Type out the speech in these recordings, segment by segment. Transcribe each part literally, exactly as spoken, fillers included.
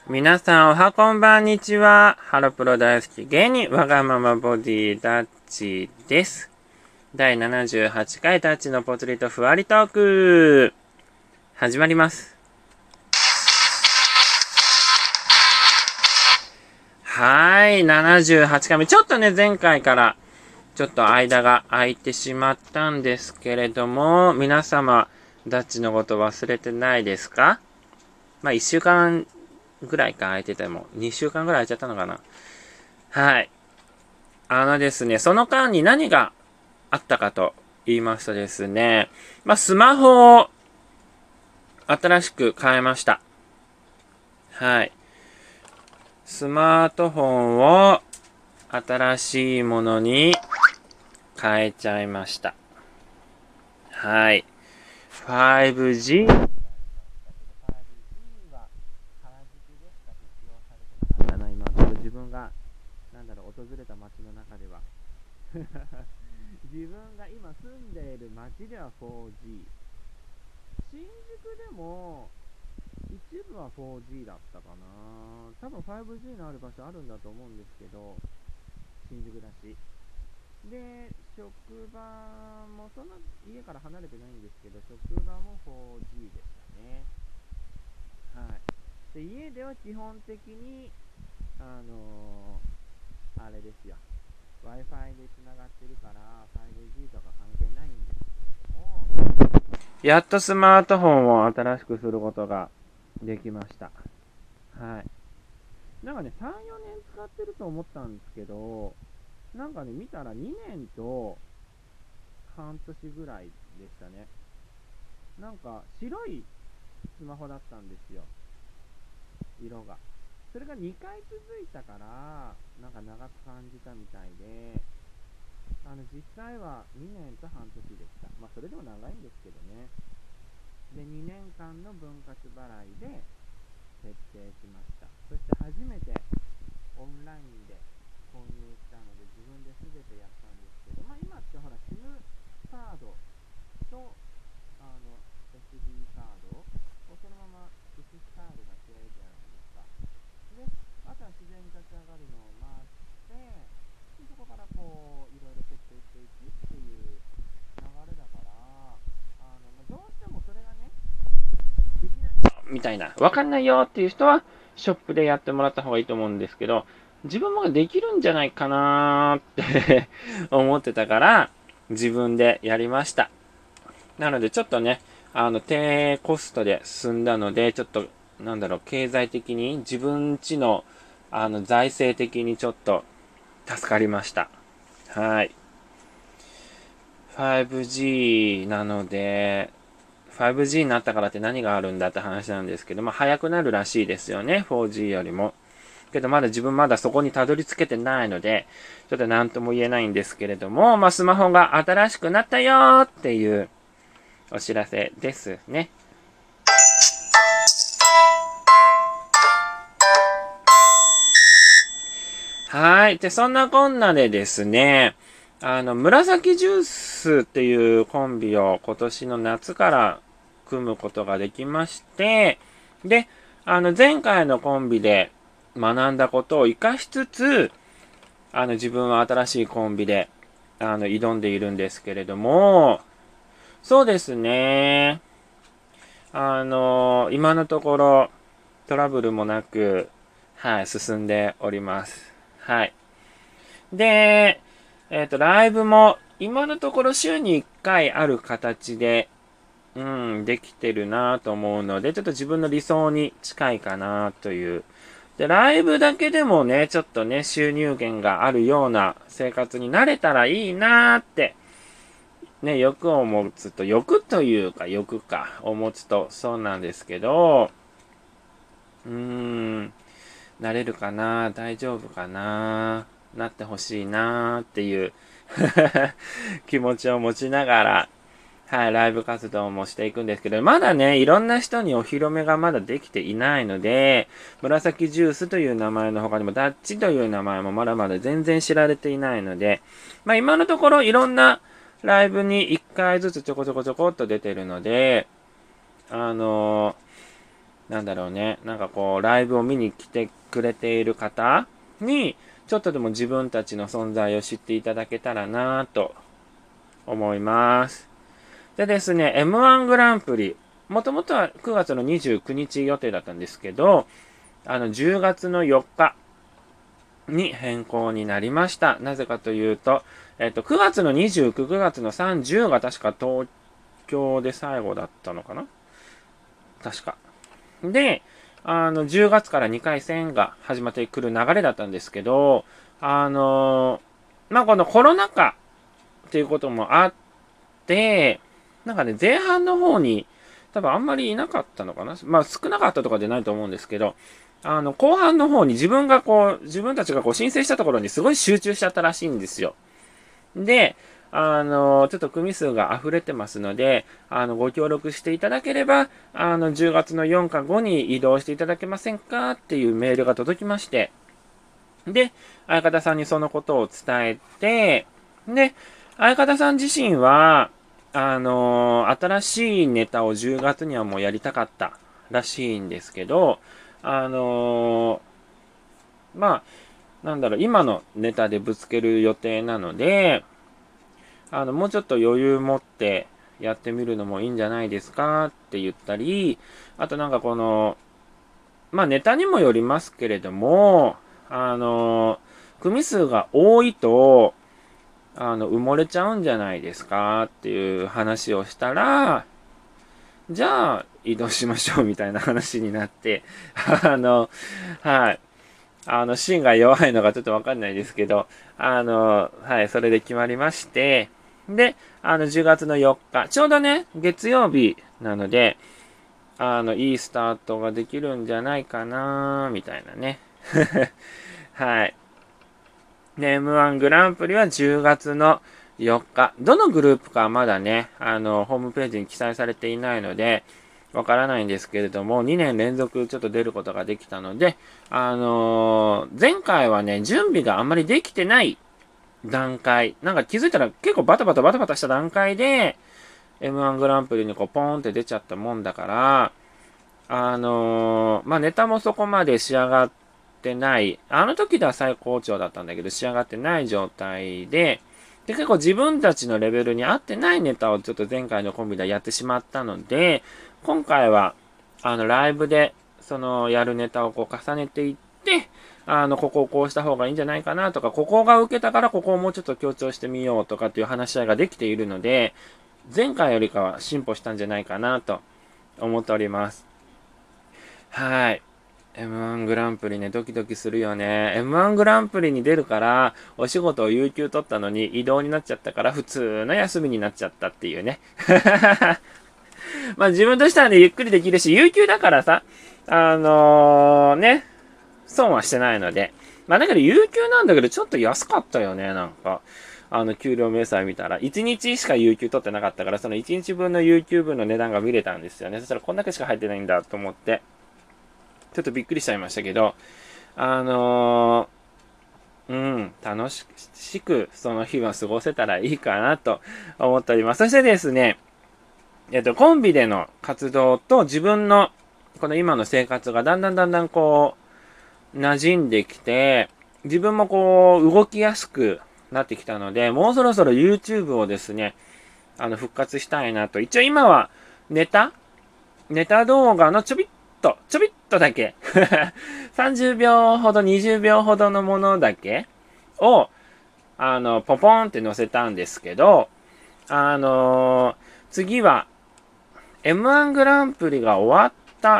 皆さんおはこんばんにちは。ハロプロ大好き芸人わがままボディダッチです。だいななじゅうはちかいダッチのポツリとふわりトーク始まります。はい、ななじゅうはちかいめ。ちょっとね、前回からちょっと間が空いてしまったんですけれども、皆様ダッチのこと忘れてないですか？まあいっしゅうかんぐらいか空いてても、にしゅうかんぐらい空いちゃったのかな。はい。あのですね、その間に何があったかと言いますとですね、まあ、スマホを新しく変えました。はい。スマートフォンを新しいものに変えちゃいました。はい。ファイブジー は原宿でしか適用されてなかったな、今の自分が、なんだろう、訪れた街の中では。自分が今住んでいる街では フォージー。新宿でも一部は フォージー だったかな。多分 ファイブジー のある場所あるんだと思うんですけど、新宿だし。で、職場もそんな家から離れてないんですけど、職場も フォージー でしたね。はい。で、家では基本的に、あのー、あれですよ。Wi-Fi で繋がってるから ファイブジー とか関係ないんですけれども、やっとスマートフォンを新しくすることができました。はい。なんかね、さん、よねん使ってると思ったんですけど、なんかね、見たらにねんと半年ぐらいでしたね。なんか白いスマホだったんですよ、色が。それがにかい続いたから、なんか長く感じたみたいで、あの実際はにねんと半年でした。まあそれでも長いんですけどね。で、にねんかんの分割払いで設定しました。そして初めてオンラインで購入したので自分で全てやったんですけど、まあ今ってほら SIM カードとあの エスディー カードをそのまま移し替えるだけじゃないですか。で、あとは自然に立ち上がるのを待って、でそこからこういろいろ設定していくっていう流れだから、あの、まあ、どうしてもそれがね、できないみたいな、わかんないよっていう人はショップでやってもらった方がいいと思うんですけど、自分もできるんじゃないかなって思ってたから、自分でやりました。なのでちょっとね、あの、低コストで済んだので、ちょっと、なんだろう、経済的に、自分ちの、あの、財政的にちょっと、助かりました。はい。ファイブジー なので、ファイブジー になったからって何があるんだって話なんですけど、まあ、早くなるらしいですよね、フォージー よりも。けどまだ自分まだそこにたどり着けてないので、ちょっと何とも言えないんですけれども、まあ、スマホが新しくなったよーっていうお知らせですね。はい。で、そんなこんなでですね、あの、紫ジュースっていうコンビを今年の夏から組むことができまして、で、あの、前回のコンビで学んだことを活かしつつ、あの、自分は新しいコンビで、あの、挑んでいるんですけれども、そうですね。あの、今のところトラブルもなく、はい、進んでおります。はい。で、えっと、ライブも今のところ週にいっかいある形で、うん、できてるなと思うので、ちょっと自分の理想に近いかなという。で、ライブだけでもね、ちょっとね、収入源があるような生活になれたらいいなって、ね、欲を持つと、欲というか欲か、を持つとそうなんですけど、うーん、なれるかな、大丈夫かな、なってほしいなっていう気持ちを持ちながら、はい、ライブ活動もしていくんですけど、まだね、いろんな人にお披露目がまだできていないので、紫ジュースという名前の他にも、ダッチという名前もまだまだ全然知られていないので、まあ今のところいろんなライブにいっかいずつちょこちょこちょこっと出てるので、あのなんだろうね、なんかこう、ライブを見に来てくれている方に、ちょっとでも自分たちの存在を知っていただけたらなぁと思います。でですね、エムワン グランプリ、もともとはくがつのにじゅうくにち予定だったんですけど、あの、じゅうがつのよっかに変更になりました。なぜかというと、えっと、くがつのにじゅうく、くがつのさんじゅうが確か東京で最後だったのかな確か。で、あの、じゅうがつからにかい戦が始まってくる流れだったんですけど、あの、まあ、このコロナ禍っていうこともあって、なんかね、前半の方に多分あんまりいなかったのかな。まあ、少なかったとかじゃないと思うんですけど、あの、後半の方に自分がこう、自分たちがこう申請したところにすごい集中しちゃったらしいんですよ。で、あの、ちょっと組数が溢れてますので、あの、ご協力していただければ、あの、じゅうがつのよっかごに移動していただけませんかっていうメールが届きまして、で、相方さんにそのことを伝えて、で、相方さん自身は、あの、新しいネタをじゅうがつにはもうやりたかったらしいんですけど、あの、まあ、なんだろう、今のネタでぶつける予定なので、あの、もうちょっと余裕持ってやってみるのもいいんじゃないですかって言ったり、あとなんかこの、まあネタにもよりますけれども、あの、組数が多いと、あの、埋もれちゃうんじゃないですかっていう話をしたら、じゃあ移動しましょうみたいな話になって、あの、はい。あの、芯が弱いのがちょっとわかんないですけど、あの、はい、それで決まりまして、で、あの、じゅうがつのよっか、ちょうどね、月曜日なので、あの、いいスタートができるんじゃないかなみたいなね。はい。で、エムワン グランプリはじゅうがつのよっか。どのグループかはまだね、あの、ホームページに記載されていないので、わからないんですけれども、にねん連続ちょっと出ることができたので、あのー、前回はね、準備があんまりできてない段階、なんか気づいたら結構バタバタバタバタした段階で、エムワン グランプリにこうポーンって出ちゃったもんだから、あのー、まあ、ネタもそこまで仕上がってない、あの時では最高潮だったんだけど、仕上がってない状態で、で、結構自分たちのレベルに合ってないネタをちょっと前回のコンビでやってしまったので、今回は、あの、ライブで、その、やるネタをこう重ねていって、あの、ここをこうした方がいいんじゃないかなとか、ここが受けたからここをもうちょっと強調してみようとかっていう話し合いができているので、前回よりかは進歩したんじゃないかなと思っております。はい。エムワン グランプリね、ドキドキするよね。エムワン グランプリに出るから、お仕事を有給取ったのに移動になっちゃったから、普通の休みになっちゃったっていうね。まあ自分としてはね、ゆっくりできるし、有給だからさ、あのー、ね、損はしてないので。まあだけど有給なんだけど、ちょっと安かったよね、なんか。あの、給料明細見たら、いちにちしか有給取ってなかったから、そのいちにちぶんの有給分の値段が見れたんですよね。そしたらこんだけしか入ってないんだと思って。ちょっとびっくりしちゃいましたけど、あのー、うん、楽しくその日は過ごせたらいいかなと思っております。そしてですね、えっと、コンビでの活動と自分のこの今の生活がだんだんだんだんこう、馴染んできて、自分もこう、動きやすくなってきたので、もうそろそろ YouTube をですね、あの、復活したいなと。一応今はネタネタ動画のちょびっと、ちょびっとだけさんじゅうびょうほど、にじゅうびょうほどのものだけを、あの、ポポンって載せたんですけど、あのー、次は、エムワン グランプリが終わった、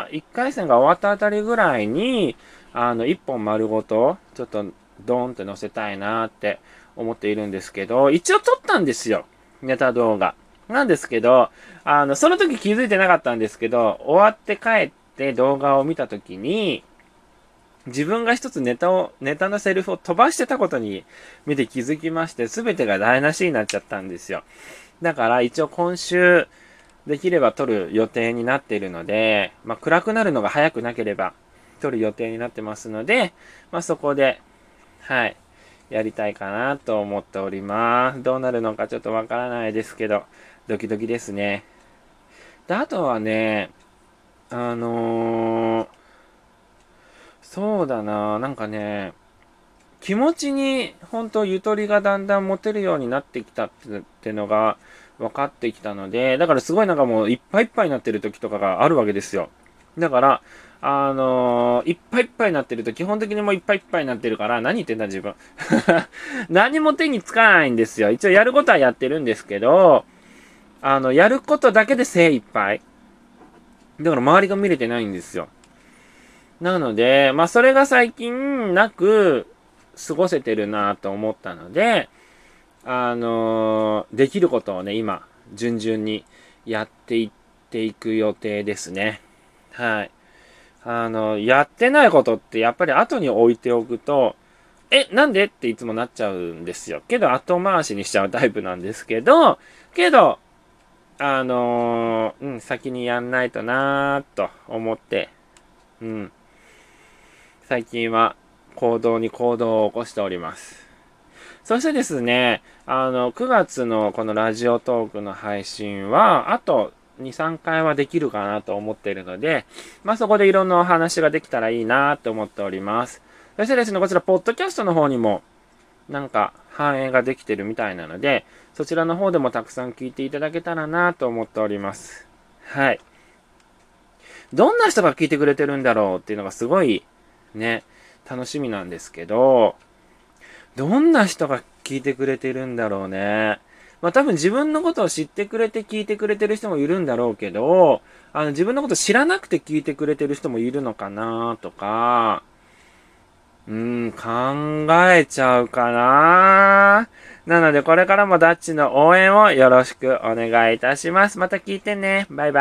いっかい戦が終わったあたりぐらいに、あの、いっぽん丸ごと、ちょっと、ドーンって載せたいなって思っているんですけど、一応撮ったんですよ。ネタ動画。なんですけど、あの、その時気づいてなかったんですけど、終わって帰って動画を見た時に、自分が一つネタを、ネタのセリフを飛ばしてたことに見て気づきまして、すべてが台無しになっちゃったんですよ。だから一応今週、できれば撮る予定になっているので、まあ、暗くなるのが早くなければ撮る予定になってますので、まあ、そこで、はい、やりたいかなと思っております。どうなるのかちょっとわからないですけど、ドキドキですね。で、あとはね、 あのー、そうだな、なんかね、気持ちに本当ゆとりがだんだん持てるようになってきたってってのが分かってきたので、だからすごいなんかもういっぱいいっぱいになってる時とかがあるわけですよ。だから、あのーいっぱいいっぱいになってると基本的にもういっぱいいっぱいになってるから、何言ってんだ自分。何も手につかないんですよ。一応やることはやってるんですけど、あの、やることだけで精一杯。だから周りが見れてないんですよ。なので、まあそれが最近なく過ごせてるなと思ったので、あのーできることをね、今、順々にやっていっていく予定ですね。はい。あの、やってないことってやっぱり後に置いておくと、え、なんでっていつもなっちゃうんですよ。けど後回しにしちゃうタイプなんですけど、けど、あのーうん、先にやんないとなーと思って、うん、最近は行動に行動を起こしております。そしてですね、あの、くがつのこのラジオトークの配信は、あとに、さんかいはできるかなと思っているので、まあ、そこでいろんなお話ができたらいいなと思っております。そしてですね、こちら、ポッドキャストの方にも、なんか、反映ができてるみたいなので、そちらの方でもたくさん聞いていただけたらなと思っております。はい。どんな人が聞いてくれてるんだろうっていうのがすごい、ね、楽しみなんですけど、どんな人が聞いてくれてるんだろうね。まあ多分自分のことを知ってくれて聞いてくれてる人もいるんだろうけど、あの自分のこと知らなくて聞いてくれてる人もいるのかなとか、うーん、考えちゃうかな。なのでこれからもダッチの応援をよろしくお願いいたします。また聞いてね。バイバイ。